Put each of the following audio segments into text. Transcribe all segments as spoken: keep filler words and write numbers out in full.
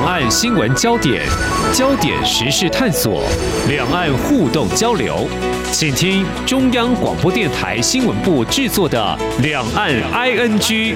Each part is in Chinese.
岸新闻焦点，焦点时事探索，两岸互动交流，请听中央广播电台新闻部制作的《两岸 I N G》。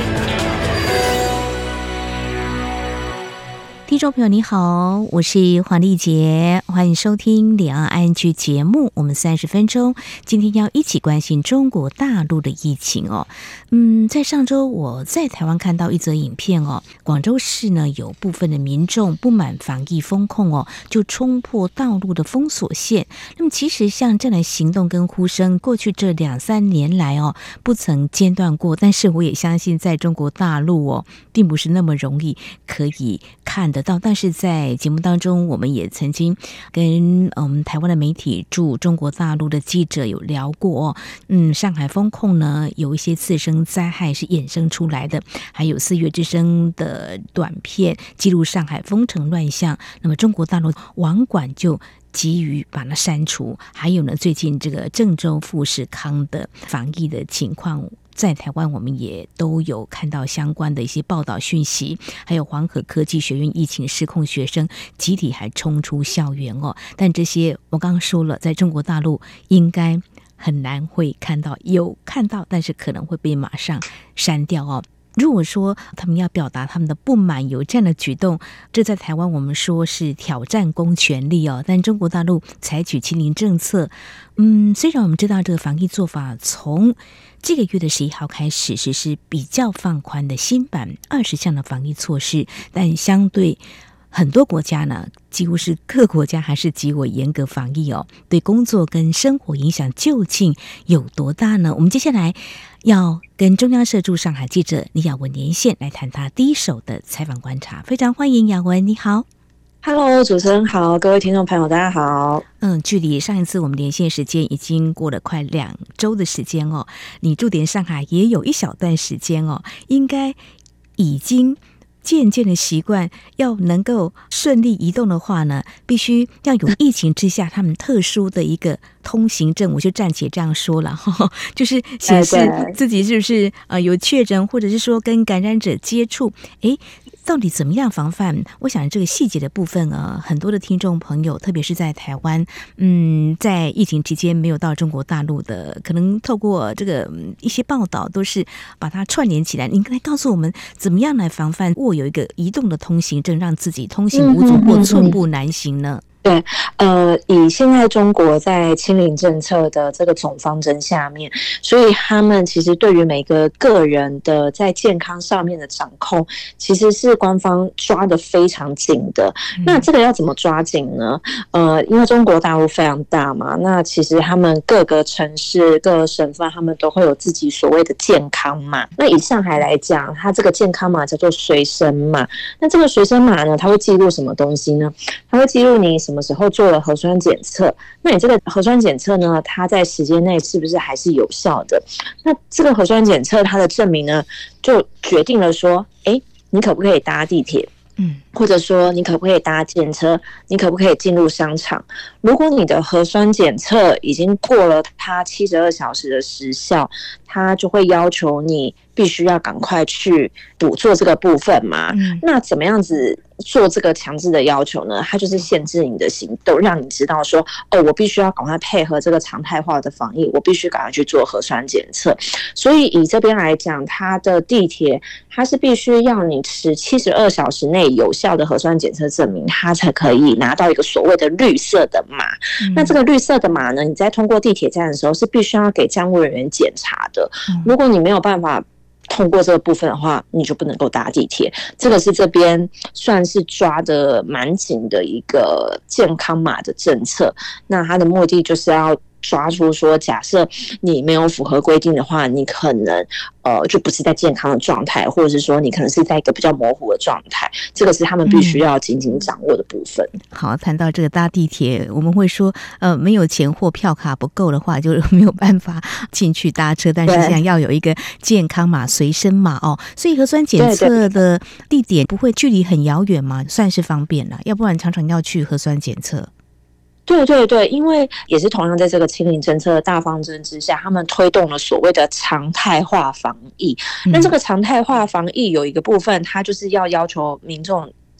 听众朋友你好，我是黄丽杰，欢迎收听两岸 I N G 节目。我们三十分钟，今天要一起关心中国大陆的疫情哦。嗯，在上周我在台湾看到一则影片哦，广州市呢有部分的民众不满防疫风控哦，就冲破道路的封锁线。那么其实像这样的行动跟呼声，过去这两三年来哦，不曾间断过。但是我也相信，在中国大陆哦，并不是那么容易可以看得到。但是在节目当中，我们也曾经跟我们台湾的媒体驻中国大陆的记者有聊过哦。嗯，上海封控呢，有一些次生灾害是衍生出来的，还有四月之声的短片记录上海封城乱象，那么中国大陆网管就急于把它删除。还有呢，最近这个郑州富士康的防疫的情况，在台湾我们也都有看到相关的一些报道讯息，还有黄河科技学院疫情失控，学生集体还冲出校园哦。但这些我刚刚说了，在中国大陆应该很难会看到，有看到，但是可能会被马上删掉哦。如果说他们要表达他们的不满，有这样的举动，这在台湾我们说是挑战公权力哦。但中国大陆采取清零政策，嗯，虽然我们知道这个防疫做法从这个月的十一号开始实施比较放宽的新版二十项的防疫措施，但相对很多国家呢，几乎是各国家还是极为严格防疫哦，对工作跟生活影响究竟有多大呢？我们接下来要跟中央社驻上海记者李雅文连线，来谈他第一手的采访观察。非常欢迎雅文，你好。 Hello， 主持人好，各位听众朋友大家好。 嗯，距离上一次我们连线时间已经过了快两周的时间哦，你驻点上海也有一小段时间哦，应该已经渐渐的习惯，要能够顺利移动的话呢，必须要有疫情之下他们特殊的一个通行证，我就暂且这样说了，呵呵，就是显示自己是不是呃有确诊，或者是说跟感染者接触，诶，到底怎么样防范？我想这个细节的部分啊，很多的听众朋友，特别是在台湾，嗯，在疫情期间没有到中国大陆的，可能透过这个、嗯、一些报道，都是把它串联起来。您来告诉我们，怎么样来防范握有一个移动的通行证，让自己通行无阻或寸步难行呢？ 对，呃，以现在中国在清零政策的这个总方针下面，所以他们其实对于每个个人的在健康上面的掌控，其实是官方抓得非常紧的。嗯、那这个要怎么抓紧呢？呃，因为中国大陆非常大嘛，那其实他们各个城市、各个省份，他们都会有自己所谓的健康码。那以上海来讲，它这个健康码叫做随身码。那这个随身码呢，它会记录什么东西呢？它会记录你什么时候做了核酸检测，那你这个核酸检测呢，它在时间内是不是还是有效的？那这个核酸检测它的证明呢，就决定了说，哎，你可不可以搭地铁？嗯，或者说你可不可以搭电车？你可不可以进入商场？如果你的核酸检测已经过了它七十二小时的时效，它就会要求你必须要赶快去补做这个部分嘛。嗯、那怎么样子做这个强制的要求呢？它就是限制你的行动，让你知道说，哦，我必须要赶快配合这个常态化的防疫，我必须赶快去做核酸检测。所以以这边来讲，它的地铁它是必须要你持七十二小时内有效的核酸检测证明，它才可以拿到一个所谓的绿色的码。嗯、那这个绿色的码呢，你在通过地铁站的时候是必须要给站务人员检查的。如果你没有办法通过这个部分的话，你就不能够搭地铁。这个是这边算是抓得蛮紧的一个健康码的政策。那它的目的就是要抓出说，假设你没有符合规定的话，你可能呃就不是在健康的状态，或者是说你可能是在一个比较模糊的状态，这个是他们必须要紧紧掌握的部分。 嗯、好，谈到这个搭地铁，我们会说呃没有钱或票卡不够的话，就没有办法进去搭车，但是这样要有一个健康码随身码哦，所以核酸检测的地点不会距离很遥远吗？算是方便了，要不然常常要去核酸检测。 对对对，因为也是同样在这个清零政策的大方针之下，他们推动了所谓的常态化防疫。那这个常态化防疫有一个部分，它就是要要求民众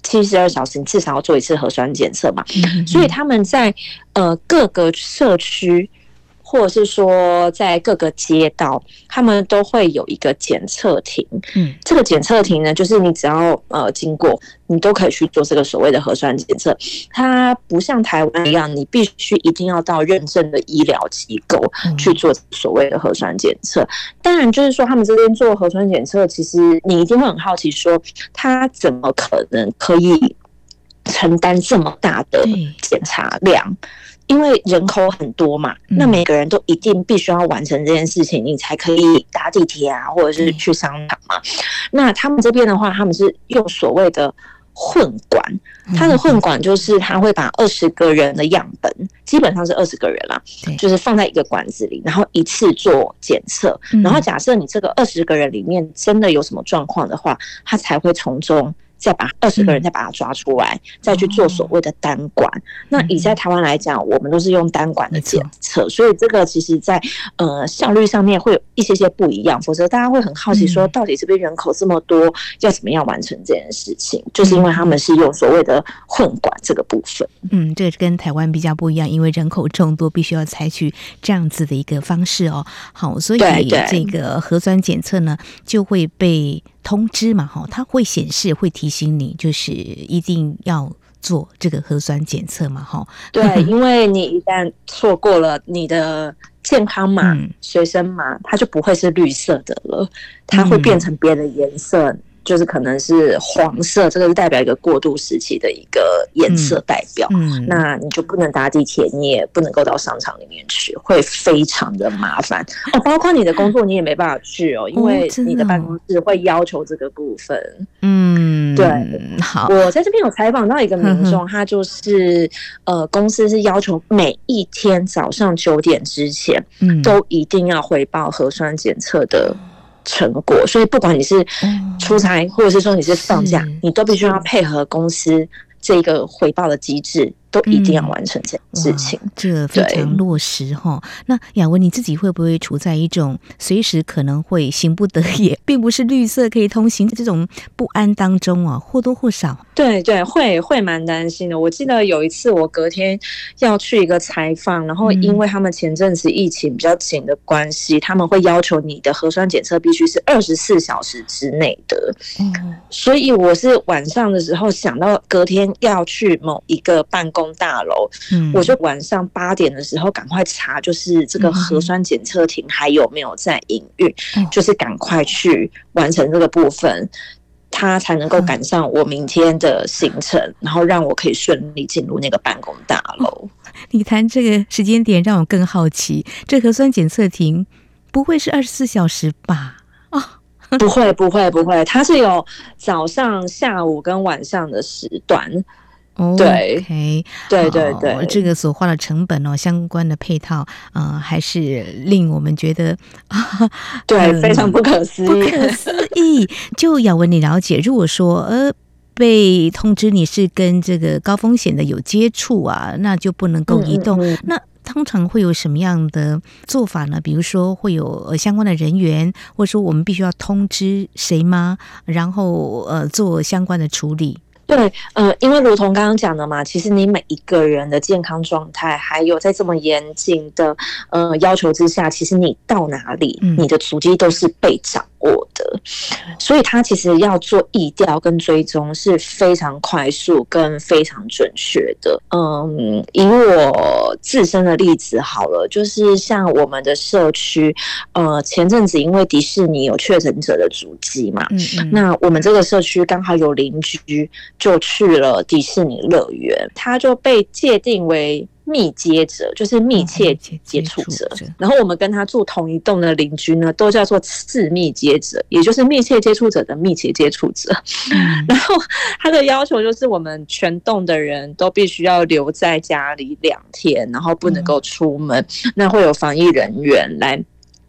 七十二小时你至少要做一次核酸检测嘛，所以他们在呃各个社区。或者是说，在各个街道，他们都会有一个检测亭。嗯，这个检测亭呢，就是你只要呃经过，你都可以去做这个所谓的核酸检测。它不像台湾一样，你必须一定要到认证的医疗机构去做所谓的核酸检测。当然，就是说他们这边做核酸检测，其实你一定会很好奇说，他怎么可能可以承担这么大的检查量？因为人口很多嘛，那每个人都一定必须要完成这件事情，你才可以搭地铁啊，或者是去商场嘛。那他们这边的话，他们是用所谓的混管，他的混管就是他会把二十个人的样本，基本上是二十个人啦，就是放在一个管子里，然后一次做检测。然后假设你这个二十个人里面真的有什么状况的话，他才会从中。再把二十个人再把它抓出来，嗯、再去做所谓的单管。嗯、那以在台湾来讲，我们都是用单管的检测，所以这个其实在呃效率上面会有一些些不一样。否则大家会很好奇说，到底这边人口这么多，要怎么样完成这件事情？就是因为他们是用所谓的混管这个部分。 嗯，这个跟台湾比较不一样，因为人口众多，必须要采取这样子的一个方式哦。好，所以这个核酸检测呢，就会被通知嘛，它会显示，会提醒你，就是一定要做这个核酸检测嘛， 对，因为你一旦错过了你的健康码、嗯、随身码，它就不会是绿色的了，它会变成别的颜色。嗯，就是可能是黄色，这个是代表一个过渡时期的一个颜色代表。嗯嗯、那你就不能搭地铁，你也不能够到商场里面去，会非常的麻烦哦。包括你的工作，你也没办法去哦，因为你的办公室会要求这个部分。嗯，对。好，我在这边有采访到一个民众，他就是呃，公司是要求每一天早上九点之前，嗯，都一定要回报核酸检测的成果，所以不管你是出差或者是说你是放假，你都必须要配合公司这个回报的机制，都一定要完成这件事情。 嗯、这非常落实哈。那雅文，你自己会不会处在一种随时可能会行不得也，并不是绿色可以通行这种不安当中啊？或多或少。 对对，会会蛮担心的。我记得有一次我隔天要去一个采访，然后因为他们前阵子疫情比较紧的关系，他们会要求你的核酸检测必须是二十四小时之内的。嗯，所以我是晚上的时候想到隔天要去某一个办公大楼，嗯，我就晚上八点的时候赶快查，就是这个核酸检测亭还有没有在营运，嗯，就是赶快去完成这个部分。他才能够赶上我明天的行程，嗯、然后让我可以顺利进入那个办公大楼。哦， 你谈这个时间点让我更好奇，这核酸检测亭不会是二十四小时吧？哦， 不会，不会，不会，它是有早上、下午跟晚上的时段。对 ，OK， 对对对， 这个所花的成本哦，相关的配套，呃，还是令我们觉得啊， 对，呃、非常不可思议， 不可思议。就雅文，你了解，如果说呃被通知你是跟这个高风险的有接触啊，那就不能够移动。嗯嗯嗯，那通常会有什么样的做法呢？比如说会有相关的人员，或者说我们必须要通知谁吗？然后呃做相关的处理。 对，呃，因为如同刚刚讲的嘛，其实你每一个人的健康状态，还有在这么严谨的呃要求之下，其实你到哪里，嗯、你的足迹都是被掌握的，所以他其实要做疫调跟追踪是非常快速跟非常准确的。嗯，以我自身的例子好了，就是像我们的社区，呃，前阵子因为迪士尼有确诊者的足迹嘛，嗯嗯，那我们这个社区刚好有邻居就去了迪士尼乐园，他就被界定为密接者，就是密切接触者。然后我们跟他住同一栋的邻居呢，都叫做次密接者，也就是密切接触者的密切接触者。嗯、然后他的要求就是我们全栋的人都必须要留在家里两天，然后不能够出门。嗯、那会有防疫人员来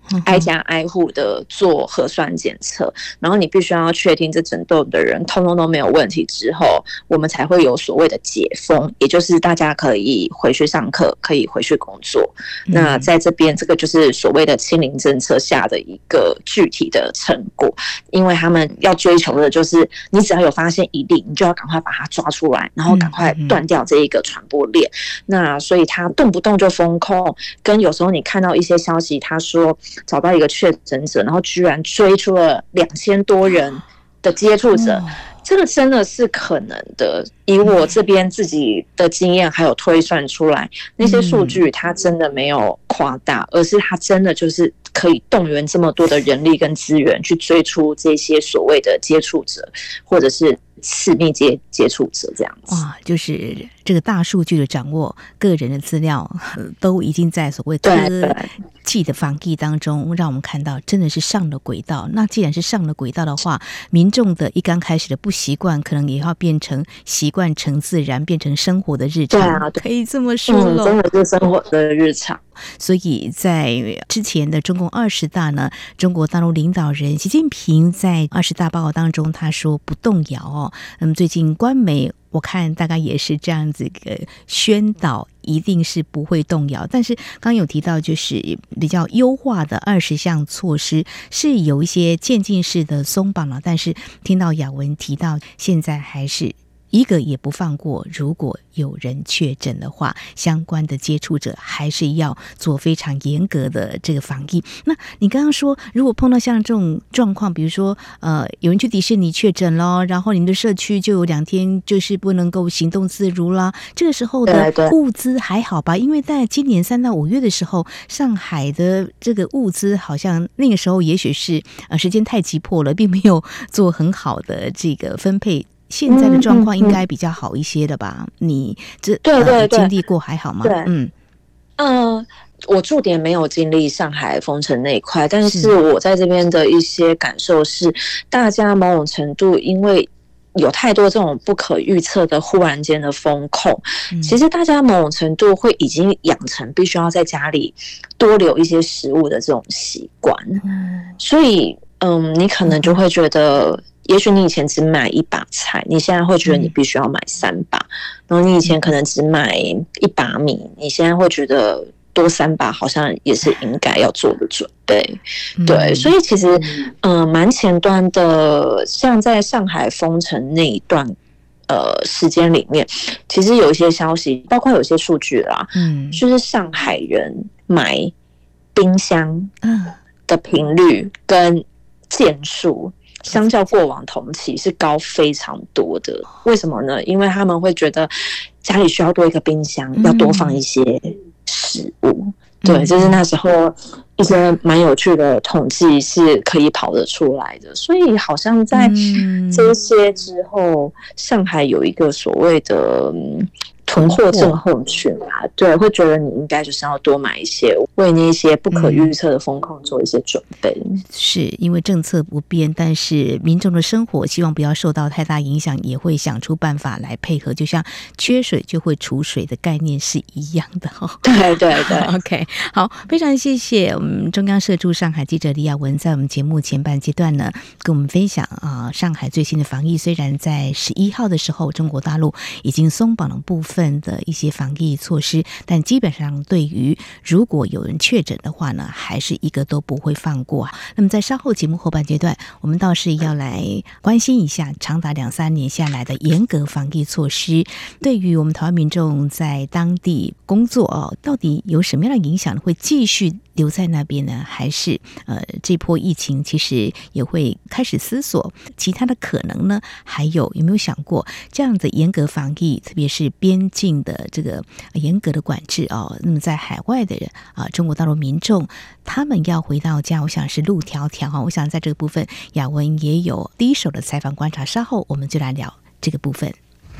挨家挨户的做核酸检测，然后你必须要确定这整栋的人通通都没有问题之后，我们才会有所谓的解封，也就是大家可以回去上课，可以回去工作。嗯、那在这边，这个就是所谓的清零政策下的一个具体的成果，因为他们要追求的就是你只要有发现一例，你就要赶快把它抓出来，然后赶快断掉这一个传播链。嗯、那所以他动不动就封控，跟有时候你看到一些消息，他说找到一个确诊者，然后居然追出了两千多人的接触者，哦、这个真的是可能的。以我这边自己的经验还有推算出来，那些数据它真的没有夸大，而是它真的就是可以动员这么多的人力跟资源去追出这些所谓的接触者，或者是次密接接触者这样子。 哇，就是这个大数据的掌握，个人的资料都已经在所谓科技的防疫当中，让我们看到真的是上了轨道。那既然是上了轨道的话，民众的一刚开始的不习惯，可能也要变成习惯成自然，变成生活的日常。 对啊， 可以这么说了， 嗯，真的是生活的日常。 所以在之前的中共二十大呢，中国大陆领导人习近平在二十大报告当中他说不动摇哦。那么最近官媒我看大概也是这样子个宣导，一定是不会动摇。但是刚有提到就是比较优化的二十项措施是有一些渐进式的松绑了，但是听到雅文提到现在还是一个也不放过，如果有人确诊的话，相关的接触者还是要做非常严格的这个防疫。那你刚刚说，如果碰到像这种状况，比如说呃，有人去迪士尼确诊咯，然后你们的社区就有两天就是不能够行动自如啦，这个时候的物资还好吧？因为在今年三到五月的时候，上海的这个物资好像那个时候也许是呃时间太急迫了，并没有做很好的这个分配。现在的状况应该比较好一些的吧？嗯嗯嗯、你这对对对、 呃、经历过还好吗？ 对， 嗯嗯、呃，我驻点没有经历上海封城那一块，但是我在这边的一些感受是，大家某种程度因为有太多这种不可预测的忽然间的风控、嗯，其实大家某种程度会已经养成必须要在家里多留一些食物的这种习惯、嗯，所以嗯，你可能就会觉得。嗯，也许你以前只买一把菜，你现在会觉得你必须要买三把、嗯、然后你以前可能只买一把米，你现在会觉得多三把好像也是应该要做的准备、嗯、对，所以其实嗯，蛮、呃、前端的，像在上海封城那一段呃时间里面，其实有一些消息，包括有些数据啦，嗯，就是上海人买冰箱的频率跟件数相较过往同期是高非常多的，为什么呢？因为他们会觉得家里需要多一个冰箱，要多放一些食物。对，就是那时候一些蛮有趣的统计是可以跑得出来的，所以好像在这些之后，上海有一个所谓的囤货症候群啊，对，会觉得你应该就是要多买一些，为那些不可预测的风控做一些准备。 嗯、是因为政策不变，但是民众的生活希望不要受到太大影响，也会想出办法来配合，就像缺水就会储水的概念是一样的哦。 对对对 ，OK， 好，非常谢谢我们中央社驻上海记者李雅文在我们节目前半阶段呢，跟我们分享啊、呃，上海最新的防疫。虽然在十一号的时候，中国大陆已经松绑了部分的一些防疫措施，但基本上对于如果有人确诊的话呢，还是一个都不会放过。那么在稍后节目后半阶段，我们倒是要来关心一下长达两三年下来的严格防疫措施，对于我们台湾民众在当地工作哦，到底有什么样的影响？会继续留在那边呢，还是呃这波疫情其实也会开始思索其他的可能呢？还有有没有想过这样的严格防疫，特别是边境的这个严格的管制哦？那么在海外的人啊、呃，中国大陆民众他们要回到家，我想是路迢迢哈。我想在这个部分，雅文也有第一手的采访观察，稍后我们就来聊这个部分。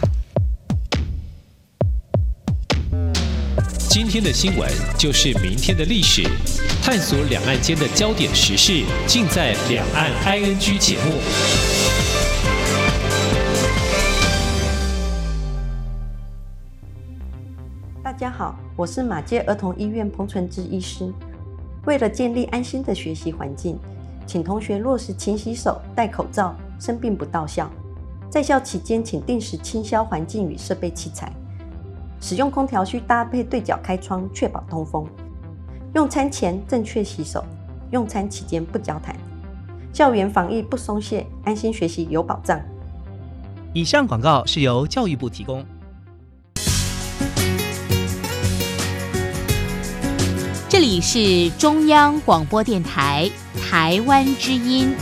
今天的新闻就是明天的历史，探索两岸间的焦点时事，尽在《两岸 I N G》节目。 大家好，我是马偕儿童医院彭纯芝医师。 为了建立安心的学习环境，请同学落实勤洗手、戴口罩，生病不到校。在校期间，请定时清消环境与设备器材。使用空调需搭配对角开窗，确保通风。用餐前正确洗手，用餐期间不交谈。校园防疫不松懈，安心学习有保障。 以上广告是由教育部提供。 这里是中央广播电台台湾之音。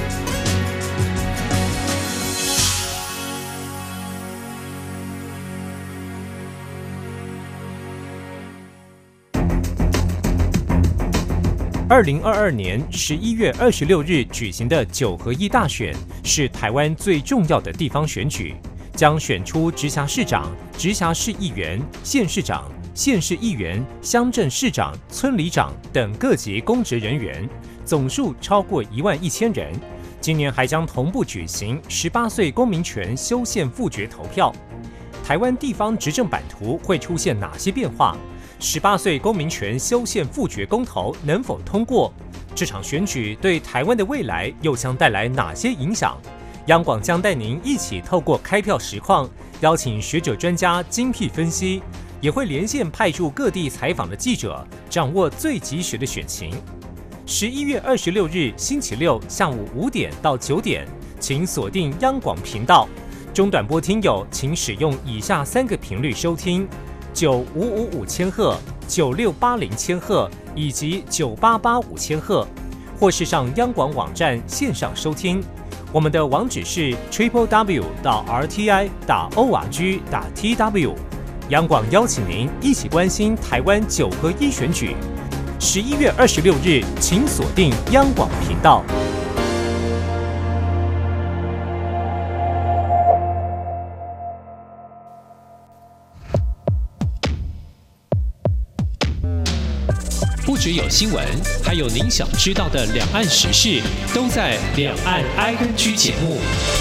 二零二二年十一月二十六日举行的九合一大选是台湾最重要的地方选举，将选出直辖市长、直辖市议员、县市长、县市议员、乡镇市长、村里长等各级公职人员，总数超过一万一千人。今年还将同步举行十八岁公民权修宪复决投票。台湾地方执政版图会出现哪些变化？十八岁公民权修宪复决公投能否通过？这场选举对台湾的未来又将带来哪些影响？央广将带您一起透过开票实况，邀请学者专家精辟分析，也会连线派驻各地采访的记者，掌握最及时的选情。十一月二十六日星期六下午五点到九点，请锁定央广频道。中短波听友请使用以下三个频率收听：九五五五千赫、九六八零千赫以及九八八五千赫，或是上央广网站线上收听。我们的网址是 triple w 到 r t i 打 o r g 打 t w。央广邀请您一起关心台湾九合一选举。十一月二十六日，请锁定央广频道。 不只有新闻，还有您想知道的两岸时事，都在《两岸 I N G》节目。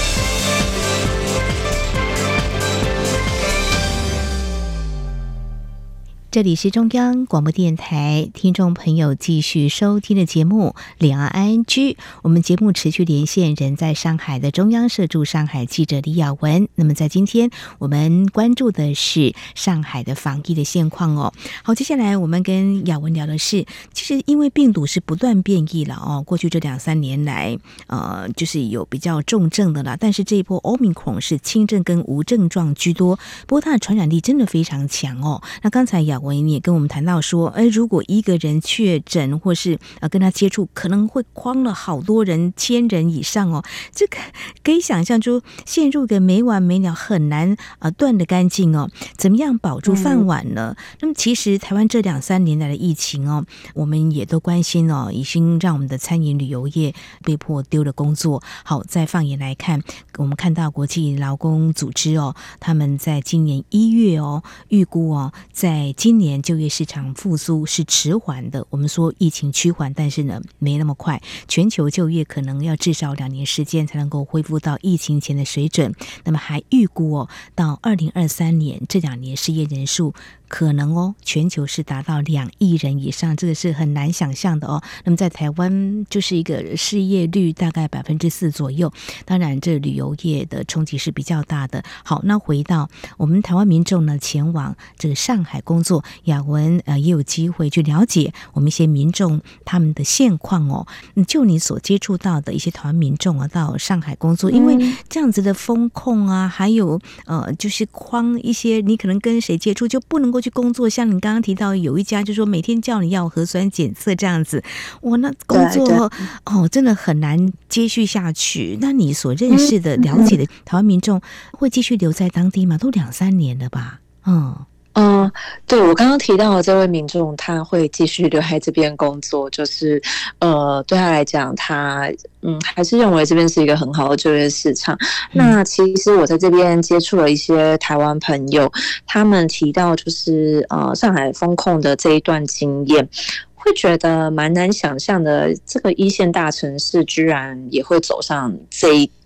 这里是中央广播电台，听众朋友继续收听的节目《两岸 I N G》。我们节目持续连线人在上海的中央社驻上海记者李雅文。那么在今天，我们关注的是上海的防疫的现况哦。好，接下来我们跟雅文聊的是，其实因为病毒是不断变异了哦，过去这两三年来，呃，就是有比较重症的啦，但是这一波 Omicron 是轻症跟无症状居多，不过它的传染力真的非常强哦。那刚才雅文也跟我们谈到说，哎，如果一个人确诊或是呃跟他接触，可能会框了好多人，千人以上哦。这个可以想象，就陷入个没完没了，很难呃断得干净哦。怎么样保住饭碗呢？嗯、那么其实台湾这两三年来的疫情哦，我们也都关心哦，已经让我们的餐饮旅游业被迫丢了工作。好，再放眼来看，我们看到国际劳工组织哦，他们在今年一月哦，预估哦，在今年就业市场复苏是迟缓的。我们说疫情趋缓，但是呢没那么快，全球就业可能要至少两年时间才能够恢复到疫情前的水准。那么还预估哦，到二零二三年这两年失业人数可能哦，全球是达到两亿人以上，这个是很难想象的哦。那么在台湾就是一个失业率大概百分之四左右，当然这旅游业的冲击是比较大的。好，那回到我们台湾民众呢，前往这个上海工作，雅文呃也有机会去了解我们一些民众他们的现况哦。就你所接触到的一些台湾民众啊，到上海工作，因为这样子的风控啊，还有呃就是框一些你可能跟谁接触就不能够去工作，像你刚刚提到有一家就说每天叫你要核酸检测这样子，哇，那工作哦真的很难接续下去。那你所认识的、了解的台湾民众会继续留在当地吗？都两三年了吧？嗯。 嗯，对，我刚刚提到的这位民众，他会继续留在这边工作，就是呃，对他来讲，他嗯还是认为这边是一个很好的就业市场。那其实我在这边接触了一些台湾朋友，他们提到就是呃上海封控的这一段经验。会觉得蛮难想象的，这个一线大城市居然也会走上这一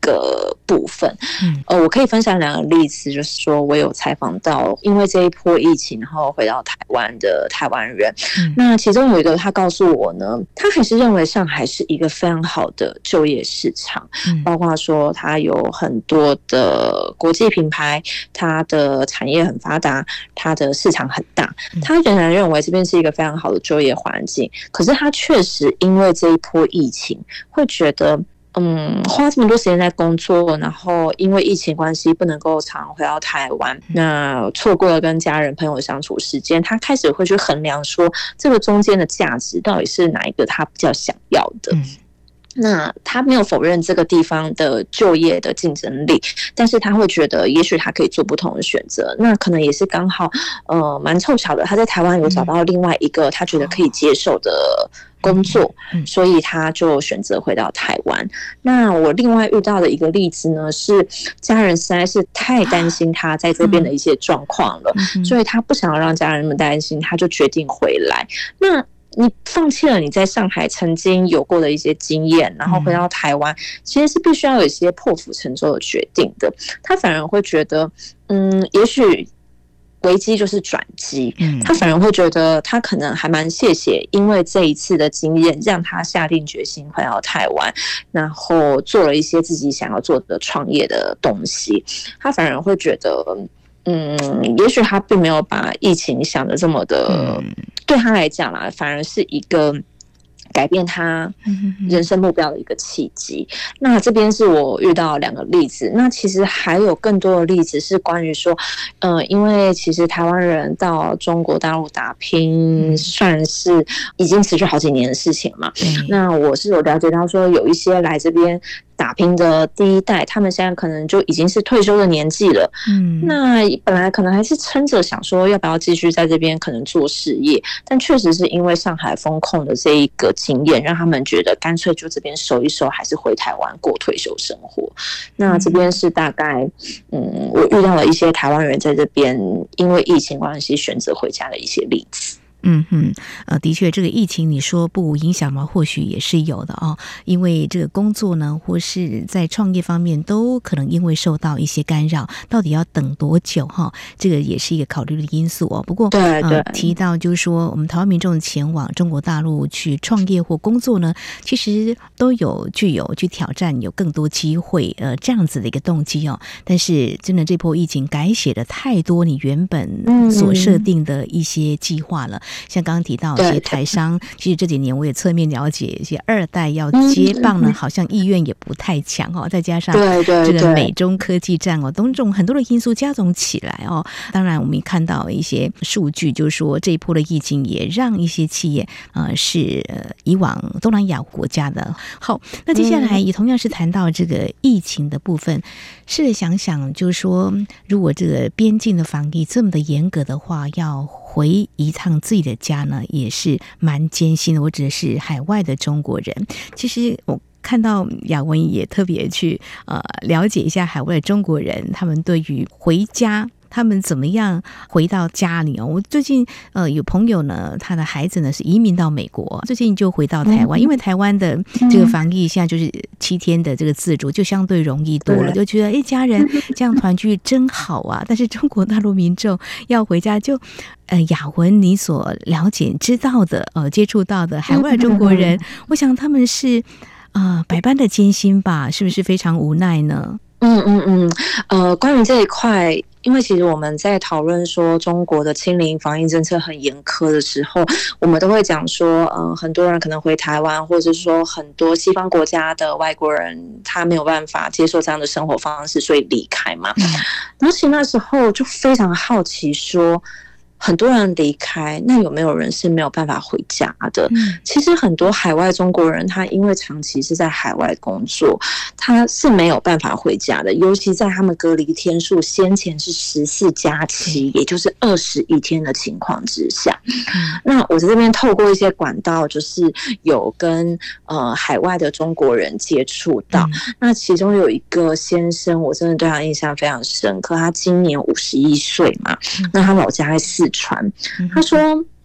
个部分。嗯，呃，我可以分享两个例子，就是说我有采访到因为这一波疫情然后回到台湾的台湾人，嗯，那其中有一个他告诉我呢，他还是认为上海是一个非常好的就业市场，嗯，包括说它有很多的国际品牌，它的产业很发达，它的市场很大，他仍然认为这边是一个非常好的就业环境。可是他确实因为这一波疫情会觉得嗯，花这么多时间在工作，然后因为疫情关系不能够常回到台湾，那错过了跟家人朋友相处时间，他开始会去衡量说这个中间的价值到底是哪一个他比较想要的。嗯，那他没有否认这个地方的就业的竞争力，但是他会觉得也许他可以做不同的选择，那可能也是刚好呃蛮凑巧的，他在台湾有找到另外一个他觉得可以接受的工作，所以他就选择回到台湾。那我另外遇到的一个例子呢，是家人实在是太担心他在这边的一些状况了，所以他不想要让家人们担心，他就决定回来。那你放弃了你在上海曾经有过的一些经验，然后回到台湾，其实是必须要有一些破釜沉舟的决定的。他反而会觉得，嗯，也许危机就是转机，他反而会觉得他可能还蛮谢谢，因为这一次的经验让他下定决心回到台湾，然后做了一些自己想要做的创业的东西。他反而会觉得，嗯，也许他并没有把疫情想得这么的，对他来讲啦，反而是一个改变他人生目标的一个契机。那这边是我遇到两个例子，那其实还有更多的例子是关于说，呃，因为其实台湾人到中国大陆打拼算是已经持续好几年的事情嘛。那我是有了解到说，有一些来这边打拼的第一代，他们现在可能就已经是退休的年纪了。嗯，那本来可能还是撑着想说要不要继续在这边可能做事业，但确实是因为上海封控的这一个经验，让他们觉得干脆就这边收一收，还是回台湾过退休生活。那这边是大概，嗯，我遇到了一些台湾人在这边因为疫情关系选择回家的一些例子。 嗯哼，呃，的确，这个疫情你说不影响吗？或许也是有的哦，因为这个工作呢，或是在创业方面，都可能因为受到一些干扰，到底要等多久哈？这个也是一个考虑的因素哦。不过， 对对、呃， 提到就是说，我们台湾民众前往中国大陆去创业或工作呢，其实都有具有去挑战，有更多机会，呃，这样子的一个动机哦。但是，真的这波疫情改写了太多你原本所设定的一些计划了。嗯，像刚刚提到一些台商，其实这几年我也侧面了解，一些二代要接棒呢，好像意愿也不太强哦。再加上这个美中科技战哦，种种很多的因素加总起来哦。当然，我们也看到一些数据，就是说这一波的疫情也让一些企业呃是呃以往东南亚国家的。好，那接下来也同样是谈到这个疫情的部分，试着想想，就是说，如果这个边境的防疫这么的严格的话，要回一趟自己的家呢，也是蛮艰辛的。我指的是海外的中国人。其实我看到雅文也特别去呃了解一下海外的中国人，他们对于回家，他们怎么样回到家里哦？我最近呃有朋友呢，他的孩子呢是移民到美国，最近就回到台湾，因为台湾的这个防疫现在就是七天的这个自主，就相对容易多了，就觉得哎，家人这样团聚真好啊。但是中国大陆民众要回家就。呃，雅文，你所了解、知道的、呃，接触到的海外中国人，我想他们是呃百般的艰辛吧？是不是非常无奈呢？ 嗯嗯嗯，呃，关于这一块，因为其实我们在讨论说中国的清零防疫政策很严苛的时候，我们都会讲说，嗯、呃，很多人可能回台湾，或者是说很多西方国家的外国人，他没有办法接受这样的生活方式，所以离开嘛。而且那时候就非常好奇说。很多人离开，那有没有人是没有办法回家的？嗯、其实很多海外中国人，他因为长期是在海外工作，他是没有办法回家的。尤其在他们隔离天数先前是十四加七，也就是二十一天的情况之下。嗯、那我在这边透过一些管道，就是有跟呃海外的中国人接触到。嗯、那其中有一个先生，我真的对他印象非常深刻。他今年五十一岁嘛，嗯、那他老家在四川，他说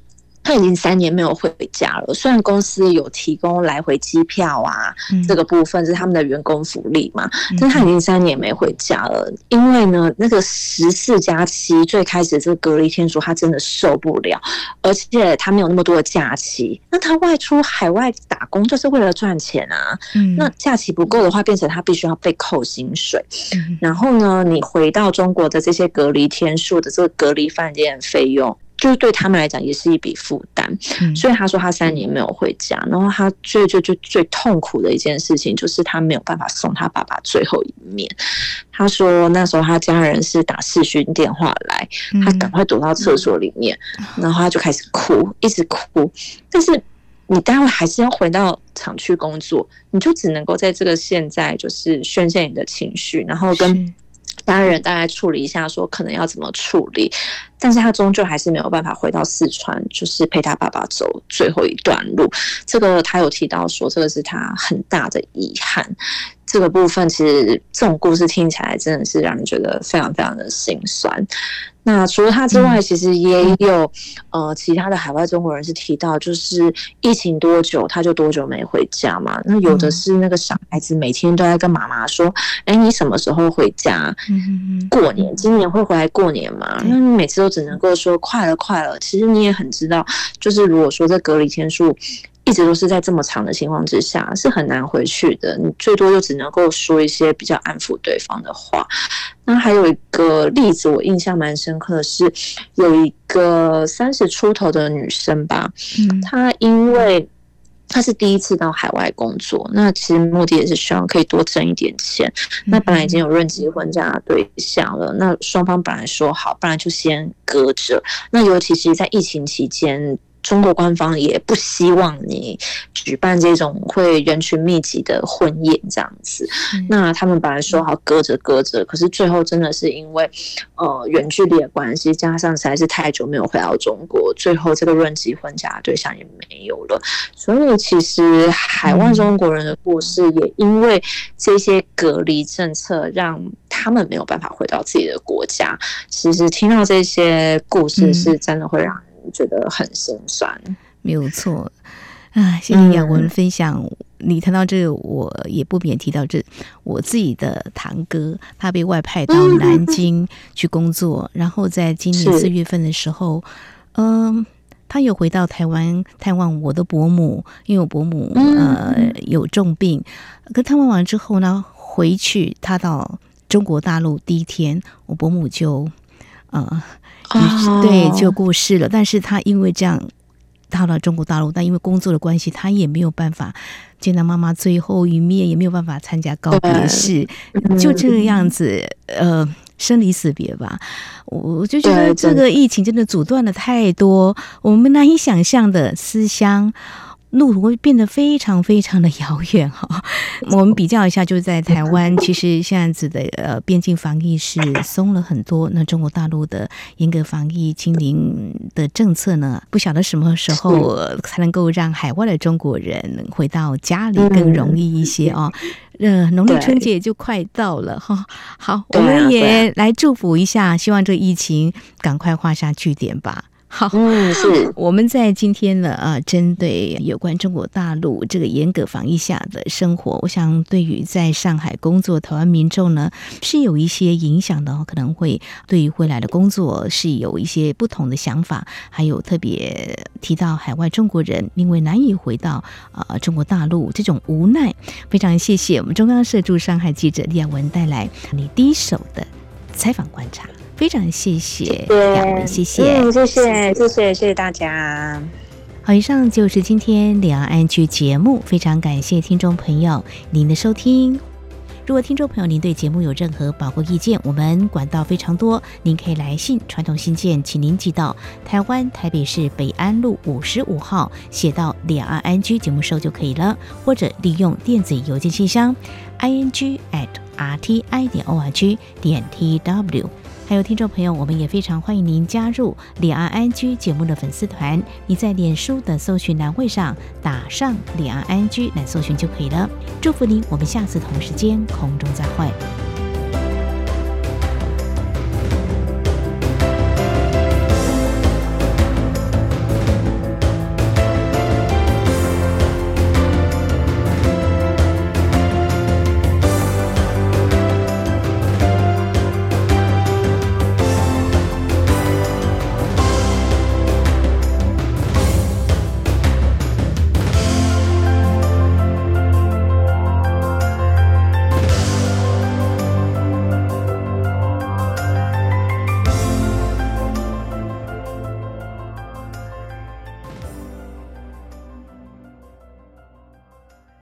他已经三年没有回家了，虽然公司有提供来回机票啊，嗯、这个部分是他们的员工福利嘛，嗯、但他已经三年没回家了。因为呢，那个十四加七最开始这个隔离天数，他真的受不了，而且他没有那么多的假期。那他外出海外打工就是为了赚钱啊，嗯、那假期不够的话，变成他必须要被扣薪水。嗯、然后呢，你回到中国的这些隔离天数的这个隔离饭店费用，就是对他们来讲也是一笔负担，嗯、所以他说他三年没有回家，然后他最最最最痛苦的一件事情就是他没有办法送他爸爸最后一面。他说那时候他家人是打视讯电话来，他赶快躲到厕所里面，嗯、然后他就开始哭，一直哭。但是你待会还是要回到厂区工作，你就只能够在这个现在就是宣泄你的情绪，然后跟家人大概处理一下说可能要怎么处理，但是他终究还是没有办法回到四川，就是陪他爸爸走最后一段路。这个他有提到说这个是他很大的遗憾。这个部分其实这种故事听起来真的是让人觉得非常非常的心酸。那除了他之外，其实也有呃其他的海外中国人是提到，就是疫情多久他就多久没回家嘛。那有的是那个小孩子每天都在跟妈妈说：“哎，你什么时候回家？过年，今年会回来过年吗？”那你每次都只能够说快了快了。其实你也很知道，就是如果说这隔离天数一直都是在这么长的情况之下，是很难回去的。你最多就只能够说一些比较安抚对方的话。那还有一个例子，我印象蛮深刻的是，有一个三十出头的女生吧，嗯、她因为她是第一次到海外工作，那其实目的也是希望可以多挣一点钱。那本来已经有论及婚嫁的对象了，那双方本来说好，不然就先搁着。那尤其是在疫情期间，中国官方也不希望你举办这种会人群密集的婚宴这样子，嗯、那他们本来说好搁着搁着，可是最后真的是因为呃远距离的关系，加上实在是太久没有回到中国，最后这个论及婚嫁的对象也没有了。所以其实海外中国人的故事也因为这些隔离政策让他们没有办法回到自己的国家。其实听到这些故事是真的会让人觉得很心酸。 没有错啊，谢谢雅文分享。嗯、你谈到这个，我也不免提到这我自己的堂哥，他被外派到南京去工作，嗯、然后在今年四月份的时候，嗯，他有回到台湾探望我的伯母，因为我伯母呃有重病。可探望完之后呢，回去他到中国大陆第一天，我伯母就呃。Oh. 对，就过世了。但是他因为这样到了中国大陆，但因为工作的关系，他也没有办法见到妈妈最后一面，也没有办法参加告别式，就这个样子，呃，生离死别吧。我就觉得这个疫情真的阻断了太多我们难以想象的思乡。路途会变得非常非常的遥远哈。我们比较一下，就是在台湾，其实现在子的呃边境防疫是松了很多。那中国大陆的严格防疫清零的政策呢，不晓得什么时候才能够让海外的中国人回到家里更容易一些哦。呃，农历春节就快到了哈。好，我们也来祝福一下，希望这个疫情赶快画下句点吧。好，嗯，是我们在今天呢，呃，针对有关中国大陆这个严格防疫下的生活，我想对于在上海工作台湾民众呢是有一些影响的，可能会对于未来的工作是有一些不同的想法，还有特别提到海外中国人因为难以回到呃中国大陆这种无奈。非常谢谢我们中央社驻上海记者李雅文带来你第一手的采访观察。非常谢谢雅文，谢谢， 嗯，谢谢，谢谢，谢谢大家。 好，以上就是今天两岸安居节目，非常感谢听众朋友您的收听。如果听众朋友您对节目有任何宝贵意见，我们管道非常多，您可以来信，传统信件请您寄到台湾台北市北安路五十五号，写到两岸安居节目收就可以了，或者利用电子邮件信箱 i n g at r t i 点 o r g 点 t w。还有听众朋友，我们也非常欢迎您加入两岸安居节目的粉丝团，你在脸书的搜寻栏位上打上两岸安居来搜寻就可以了。祝福您，我们下次同时间空中再会。